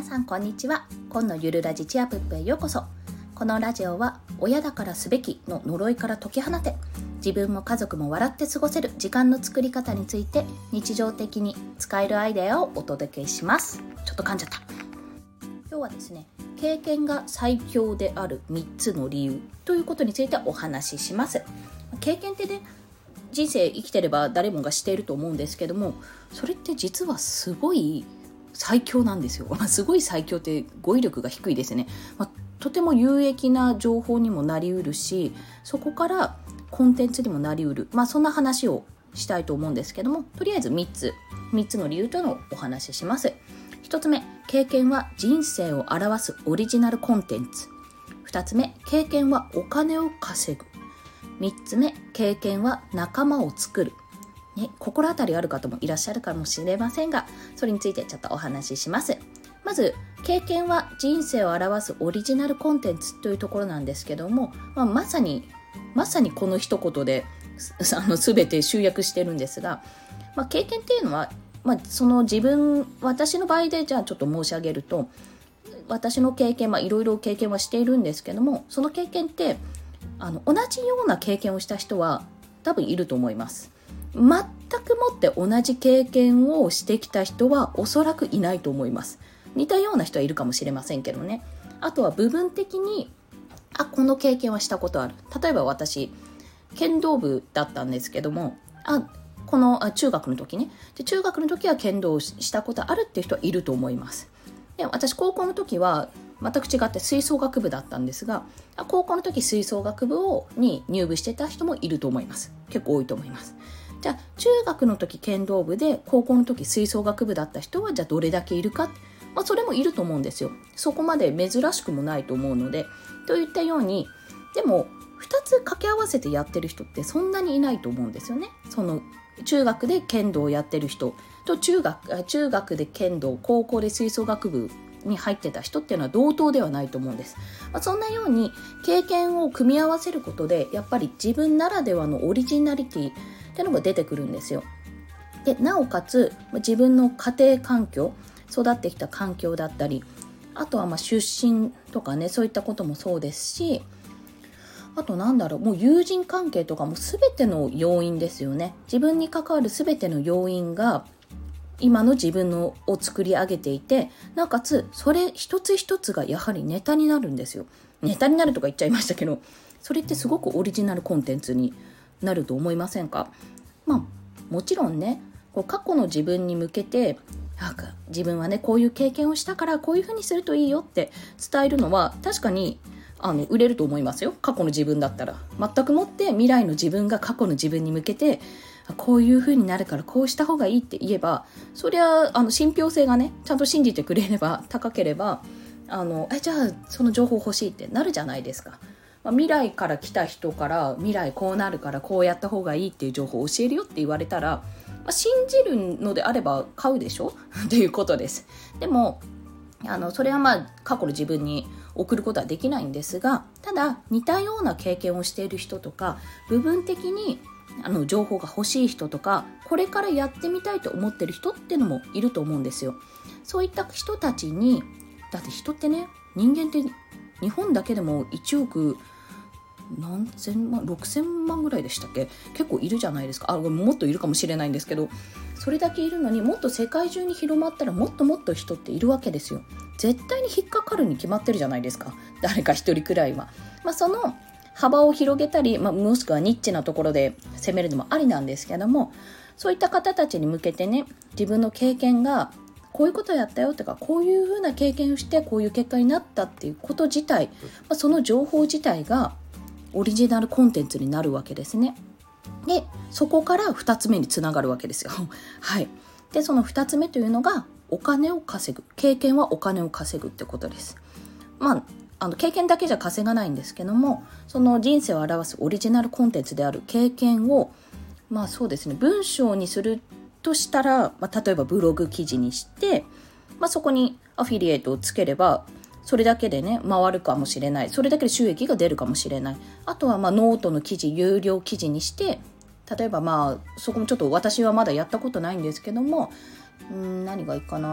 さんこんにちは。今のゆるラジチアプップへようこそ。このラジオは親だからすべきの呪いから解き放て、自分も家族も笑って過ごせる時間の作り方について日常的に使えるアイデアをお届けします。ちょっと噛んじゃった。今日はですね、経験が最強である3つの理由ということについてお話しします。経験ってね、人生生きてれば誰もがしていると思うんですけども、それって実はすごい最強なんですよ。すごい最強って語彙力が低いですね。とても有益な情報にもなりうるし、そこからコンテンツにもなりうる、そんな話をしたいと思うんですけども、とりあえず3つの理由というのをお話しします。1つ目、経験は人生を表すオリジナルコンテンツ。2つ目、経験はお金を稼ぐ。3つ目、経験は仲間を作る。心当たりある方もいらっしゃるかもしれませんが、それについてちょっとお話しします。まず、経験は人生を表すオリジナルコンテンツというところなんですけども、まさにこの一言で全て集約してるんですが、経験っていうのは、その私の場合でじゃあちょっと申し上げると、私の経験、いろいろ経験はしているんですけども、その経験って同じような経験をした人は多分いると思います。全くもって同じ経験をしてきた人はおそらくいないと思います。似たような人はいるかもしれませんけどね。あとは部分的にこの経験はしたことある。例えば私剣道部だったんですけども、中学の時ね。中学の時は剣道をしたことあるっていう人はいると思います。で、私高校の時は全く違って吹奏楽部だったんですが、高校の時吹奏楽部に入部してた人もいると思います。結構多いと思います。じゃあ中学の時剣道部で高校の時吹奏楽部だった人はじゃあどれだけいるか、それもいると思うんですよ。そこまで珍しくもないと思うので、といったように、でも2つ掛け合わせてやってる人ってそんなにいないと思うんですよね。その中学で剣道をやってる人と中学で剣道、高校で吹奏楽部に入ってた人っていうのは同等ではないと思うんです。そんなように経験を組み合わせることで、やっぱり自分ならではのオリジナリティっていうのが出てくるんですよ。で、なおかつ自分の家庭環境、育ってきた環境だったり、あとは出身とかね、そういったこともそうですし、あともう友人関係とかも全ての要因ですよね。自分に関わる全ての要因が今の自分を作り上げていて、なおかつそれ一つ一つがやはりネタになるんですよ。ネタになるとか言っちゃいましたけど、それってすごくオリジナルコンテンツになると思いませんか？もちろんね、過去の自分に向けて自分はねこういう経験をしたからこういうふうにするといいよって伝えるのは確かに売れると思いますよ。過去の自分だったら全くもって未来の自分が過去の自分に向けてこういう風になるからこうした方がいいって言えば、そりゃ信憑性がねちゃんと信じてくれれば高ければじゃあその情報欲しいってなるじゃないですか。未来から来た人から未来こうなるからこうやった方がいいっていう情報を教えるよって言われたら、信じるのであれば買うでしょっていうことです。でもそれは過去の自分に送ることはできないんですが、ただ似たような経験をしている人とか、部分的に情報が欲しい人とか、これからやってみたいと思ってる人っていうのもいると思うんですよ。そういった人たちに、だって人ってね、人間って日本だけでも1億何千万6000万ぐらいでしたっけ、結構いるじゃないですか。もっといるかもしれないんですけど、それだけいるのにもっと世界中に広まったらもっともっと人っているわけですよ。絶対に引っかかるに決まってるじゃないですか、誰か一人くらいは。その幅を広げたり、もしくはニッチなところで攻めるのもありなんですけども、そういった方たちに向けてね、自分の経験がこういうことやったよとか、こういうふうな経験をしてこういう結果になったっていうこと自体、その情報自体がオリジナルコンテンツになるわけですね。で、そこから2つ目につながるわけですよ。はい。で、その2つ目というのがお金を稼ぐ。経験はお金を稼ぐってことです。経験だけじゃ稼がないんですけども、その人生を表すオリジナルコンテンツである経験を、そうですね、文章にするとしたら、例えばブログ記事にして、そこにアフィリエイトをつければ、それだけでね回るかもしれない。それだけで収益が出るかもしれない。あとはノートの記事、有料記事にして、例えばそこもちょっと私はまだやったことないんですけども、何がいいかな。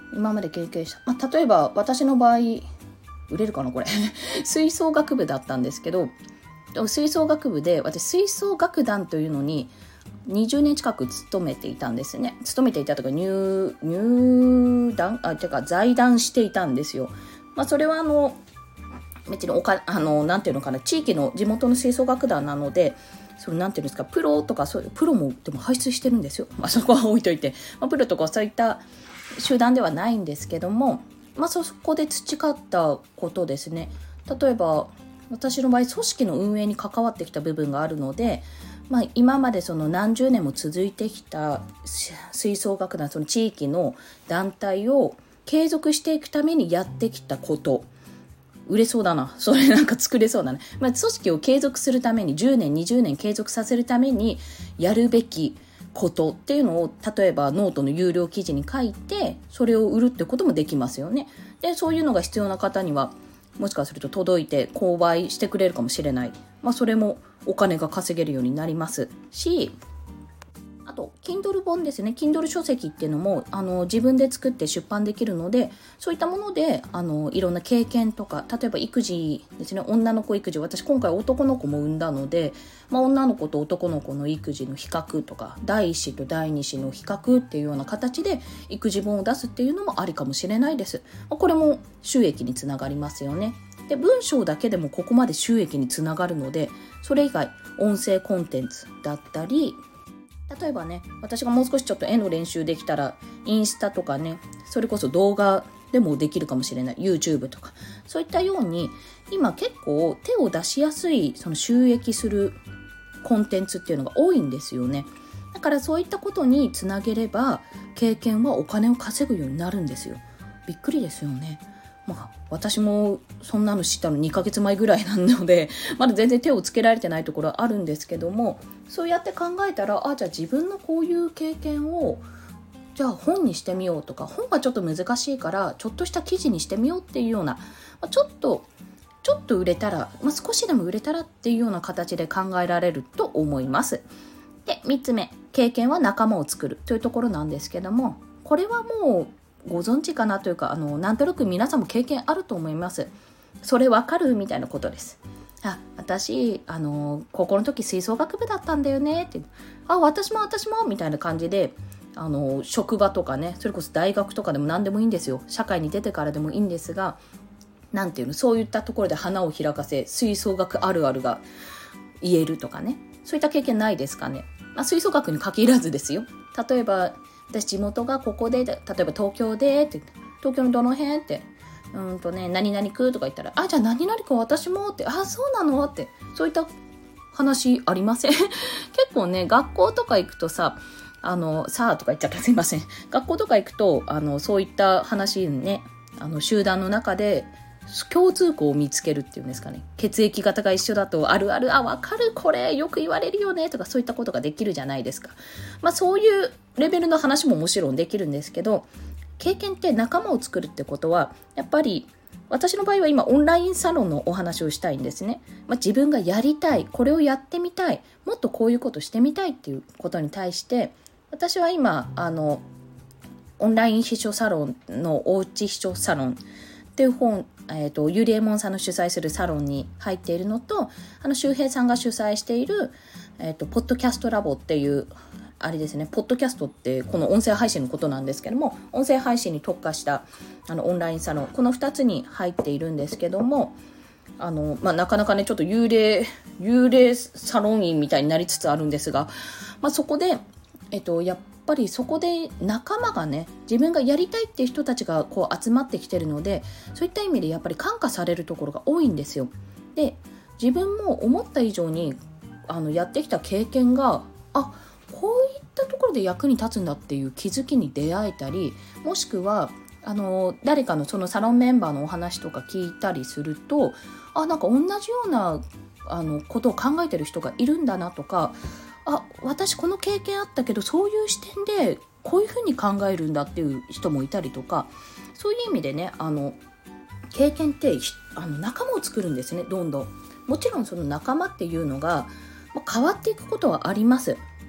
今まで経験した、例えば私の場合売れるかなこれ吹奏楽部だったんですけど、吹奏楽部で私吹奏楽団というのに20年近く勤めていたんですね。勤めていたとか入団てか在団していたんですよ。それは別になんていうのかな、地域の地元の吹奏楽団なので、そのなんていうんですか、プロとかそういうプロもでも輩出してるんですよ。そこは置いといて、プロとかそういった集団ではないんですけども、そこで培ったことですね。例えば私の場合、組織の運営に関わってきた部分があるので、今までその何十年も続いてきた吹奏楽団、その地域の団体を継続していくためにやってきたこと、売れそうだな、それなんか作れそうだね。組織を継続するために10年20年継続させるためにやるべきことっていうのを、例えばノートの有料記事に書いてそれを売るってこともできますよね。でそういうのが必要な方にはもしかすると届いて購買してくれるかもしれない。それもお金が稼げるようになりますし、あと Kindle 本ですね。 Kindle 書籍っていうのも自分で作って出版できるので、そういったものでいろんな経験とか、例えば育児ですね、女の子育児、私今回男の子も産んだので、女の子と男の子の育児の比較とか、第一子と第二子の比較っていうような形で育児本を出すっていうのもありかもしれないです。これも収益につながりますよね。で文章だけでもここまで収益につながるので、それ以外音声コンテンツだったり、例えばね、私がもう少しちょっと絵の練習できたらインスタとかね、それこそ動画でもできるかもしれない YouTube とか、そういったように今結構手を出しやすい、その収益するコンテンツっていうのが多いんですよね。だからそういったことにつなげれば経験はお金を稼ぐようになるんですよ。びっくりですよね。私もそんなの知ったの2ヶ月前ぐらいなので、まだ全然手をつけられてないところはあるんですけども、そうやって考えたら、じゃあ自分のこういう経験をじゃあ本にしてみようとか、本はちょっと難しいからちょっとした記事にしてみようっていうような、ちょっと売れたら、少しでも売れたらっていうような形で考えられると思います。で3つ目、経験は仲間を作るというところなんですけども、これはもうご存知かなというか、なんとなく皆さんも経験あると思います。それわかるみたいなことです。私高校の時吹奏楽部だったんだよねって、私もみたいな感じで、職場とかね、それこそ大学とかでも何でもいいんですよ。社会に出てからでもいいんですが、なんていうの、そういったところで花を開かせ、吹奏楽あるあるが言えるとかね、そういった経験ないですかね。吹奏楽に限らずですよ。例えば私地元がここで、例えば東京でって、東京のどの辺って、何々区とか言ったら、じゃあ何々区私もって、そうなのって、そういった話ありません結構ね、学校とか行くとさあとか言っちゃった、すいません。学校とか行くとそういった話ね、集団の中で共通項を見つけるっていうんですかね。血液型が一緒だとあるある、わかる、これよく言われるよねとか、そういったことができるじゃないですか。そういうレベルの話ももちろんできるんですけど、経験って仲間を作るってことは、やっぱり私の場合は今オンラインサロンのお話をしたいんですね。自分がやりたい、これをやってみたい、もっとこういうことしてみたいっていうことに対して、私は今オンライン秘書サロンのおうち秘書サロンっていう本、ゆりえもんさんの主催するサロンに入っているのと、周平さんが主催している、ポッドキャストラボっていうあれですね。ポッドキャストってこの音声配信のことなんですけども、音声配信に特化したオンラインサロン、この2つに入っているんですけども、なかなかね、ちょっと幽霊サロン員みたいになりつつあるんですが、そこでやっぱりそこで仲間がね、自分がやりたいっていう人たちがこう集まってきてるので、そういった意味でやっぱり感化されるところが多いんですよ。で、自分も思った以上にやってきた経験が、こういったところで役に立つんだっていう気づきに出会えたり、もしくは誰かのそのサロンメンバーのお話とか聞いたりすると、なんか同じようなことを考えてる人がいるんだなとか、私この経験あったけど、そういう視点でこういうふうに考えるんだっていう人もいたりとか、そういう意味でね、経験って仲間を作るんですね、どんどん。もちろんその仲間っていうのが、変わっていくことはあります。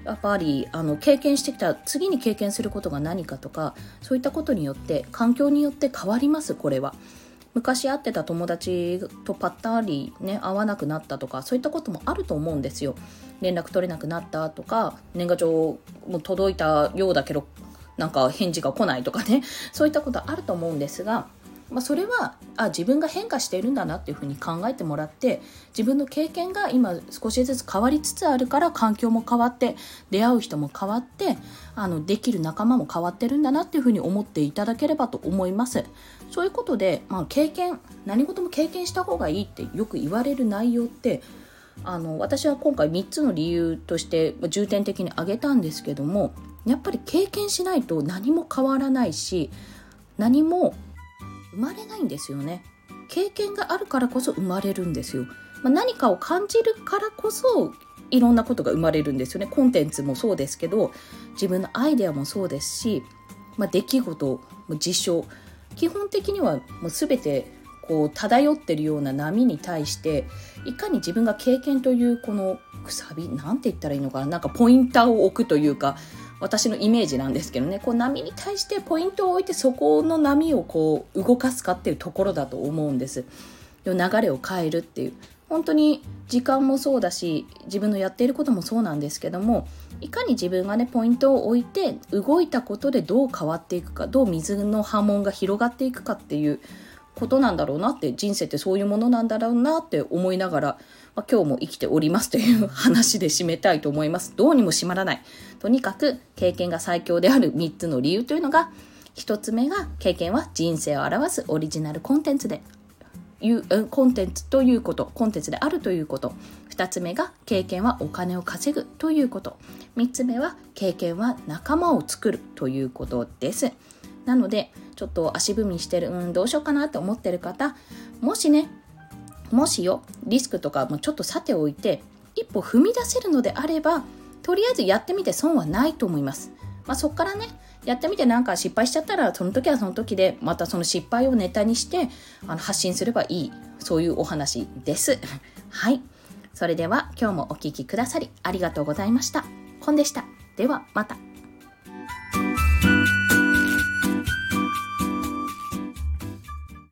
やっぱり経験してきた次に経験することが何かとか、そういったことによって環境によって変わります。これは昔会ってた友達とぱったりね会わなくなったとか、そういったこともあると思うんですよ。連絡取れなくなったとか、年賀状も届いたようだけどなんか返事が来ないとかね、そういったことあると思うんですが、それは自分が変化しているんだなっていうふうに考えてもらって、自分の経験が今少しずつ変わりつつあるから、環境も変わって出会う人も変わってできる仲間も変わってるんだなっていうふうに思っていただければと思います。そういうことで、何事も経験した方がいいってよく言われる内容って、私は今回3つの理由として重点的に挙げたんですけども、やっぱり経験しないと何も変わらないし、何も生まれないんですよね。経験があるからこそ生まれるんですよ。何かを感じるからこそいろんなことが生まれるんですよね。コンテンツもそうですけど、自分のアイデアもそうですし、出来事、事象、基本的にはもう全て漂っているような波に対して、いかに自分が経験というこのくさび、なんて言ったらいいのかな、なんかポインターを置くというか、私のイメージなんですけどね、波に対してポイントを置いて、そこの波を動かすかっていうところだと思うんです。流れを変えるっていう、本当に時間もそうだし、自分のやっていることもそうなんですけども、いかに自分がねポイントを置いて動いたことでどう変わっていくか、どう水の波紋が広がっていくかっていうことなんだろうなって、人生ってそういうものなんだろうなって思いながら、今日も生きておりますという話で締めたいと思います。どうにも締まらない。とにかく経験が最強である3つの理由というのが、1つ目が経験は人生を表すオリジナルコンテンツでコンテンツということ、コンテンツであるということ。2つ目が経験はお金を稼ぐということ。3つ目は経験は仲間を作るということです。なのでちょっと足踏みしてる、どうしようかなって思ってる方、もしよリスクとかもちょっとさておいて一歩踏み出せるのであれば、とりあえずやってみて損はないと思います。そこからねやってみて、なんか失敗しちゃったらその時はその時でまたその失敗をネタにして発信すればいい、そういうお話ですはい、それでは今日もお聞きくださりありがとうございました。コンでした。ではまた。